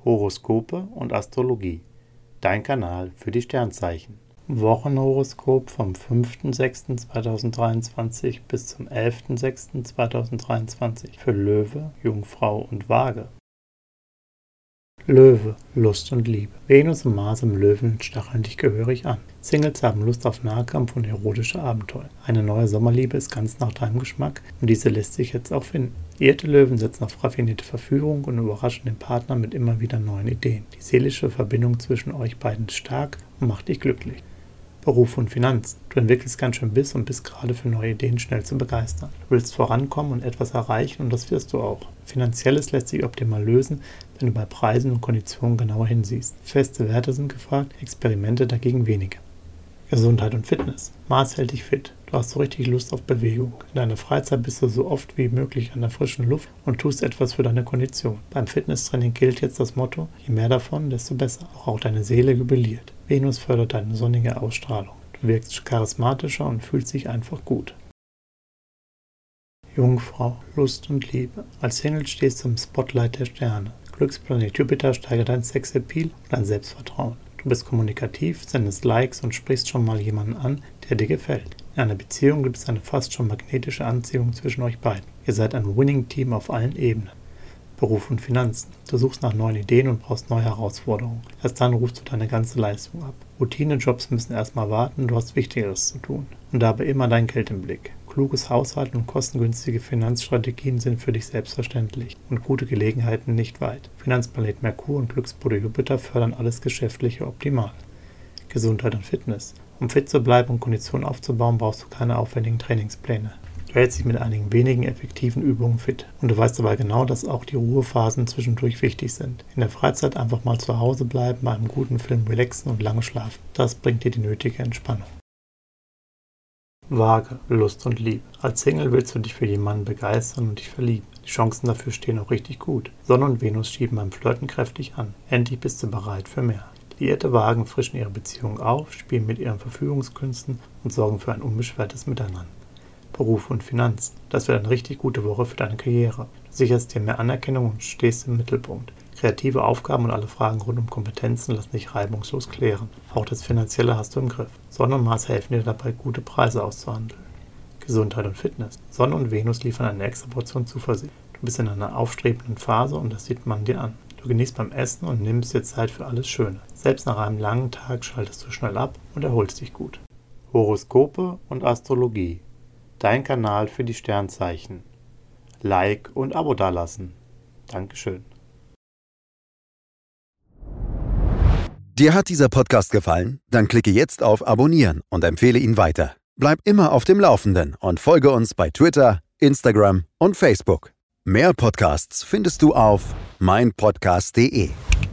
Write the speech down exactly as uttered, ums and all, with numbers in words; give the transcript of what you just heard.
Horoskope und Astrologie. Dein Kanal für die Sternzeichen. Wochenhoroskop vom fünften sechsten zweitausenddreiundzwanzig bis zum elften sechsten zweitausenddreiundzwanzig für Löwe, Jungfrau und Waage. Löwe, Lust und Liebe. Venus und Mars im Löwen stacheln dich gehörig an. Singles haben Lust auf Nahkampf und erotische Abenteuer. Eine neue Sommerliebe ist ganz nach deinem Geschmack und diese lässt sich jetzt auch finden. Irrte Löwen setzen auf raffinierte Verführung und überraschen den Partner mit immer wieder neuen Ideen. Die seelische Verbindung zwischen euch beiden ist stark und macht dich glücklich. Beruf und Finanzen. Du entwickelst ganz schön Biss und bist gerade für neue Ideen schnell zu begeistern. Du willst vorankommen und etwas erreichen und das wirst du auch. Finanzielles lässt sich optimal lösen, wenn du bei Preisen und Konditionen genauer hinsiehst. Feste Werte sind gefragt, Experimente dagegen weniger. Gesundheit und Fitness. Mars hält dich fit. Du hast so richtig Lust auf Bewegung. In deiner Freizeit bist du so oft wie möglich an der frischen Luft und tust etwas für deine Kondition. Beim Fitnesstraining gilt jetzt das Motto, je mehr davon, desto besser. Auch, auch deine Seele jubiliert. Venus fördert deine sonnige Ausstrahlung. Du wirkst charismatischer und fühlst dich einfach gut. Jungfrau, Lust und Liebe. Als Single stehst du im Spotlight der Sterne. Glücksplanet Jupiter steigert dein Sexappeal und dein Selbstvertrauen. Du bist kommunikativ, sendest Likes und sprichst schon mal jemanden an, der dir gefällt. In einer Beziehung gibt es eine fast schon magnetische Anziehung zwischen euch beiden. Ihr seid ein Winning-Team auf allen Ebenen. Beruf und Finanzen. Du suchst nach neuen Ideen und brauchst neue Herausforderungen. Erst dann rufst du deine ganze Leistung ab. Routine-Jobs müssen erstmal warten, du hast Wichtigeres zu tun. Und dabei immer dein Geld im Blick. Kluges Haushalten und kostengünstige Finanzstrategien sind für dich selbstverständlich und gute Gelegenheiten nicht weit. Finanzplanet Merkur und Glücksbude Jupiter fördern alles Geschäftliche optimal. Gesundheit und Fitness. Um fit zu bleiben und Kondition aufzubauen, brauchst du keine aufwendigen Trainingspläne. Du hältst dich mit einigen wenigen effektiven Übungen fit. Und du weißt aber genau, dass auch die Ruhephasen zwischendurch wichtig sind. In der Freizeit einfach mal zu Hause bleiben, bei einem guten Film relaxen und lange schlafen. Das bringt dir die nötige Entspannung. Waage, Lust und Liebe. Als Single willst du dich für jemanden begeistern und dich verlieben. Die Chancen dafür stehen auch richtig gut. Sonne und Venus schieben beim Flirten kräftig an. Endlich bist du bereit für mehr. Liierte Wagen frischen ihre Beziehung auf, spielen mit ihren Verfügungskünsten und sorgen für ein unbeschwertes Miteinander. Beruf und Finanzen. Das wird eine richtig gute Woche für deine Karriere. Du sicherst dir mehr Anerkennung und stehst im Mittelpunkt. Kreative Aufgaben und alle Fragen rund um Kompetenzen lassen dich reibungslos klären. Auch das Finanzielle hast du im Griff. Sonne und Mars helfen dir dabei, gute Preise auszuhandeln. Gesundheit und Fitness. Sonne und Venus liefern eine extra Portion Zuversicht. Du bist in einer aufstrebenden Phase und das sieht man dir an. Du genießt beim Essen und nimmst dir Zeit für alles Schöne. Selbst nach einem langen Tag schaltest du schnell ab und erholst dich gut. Horoskope und Astrologie. Dein Kanal für die Sternzeichen. Like und Abo dalassen. Dankeschön. Dir hat dieser Podcast gefallen? Dann klicke jetzt auf Abonnieren und empfehle ihn weiter. Bleib immer auf dem Laufenden und folge uns bei Twitter, Instagram und Facebook. Mehr Podcasts findest du auf mein podcast punkt de.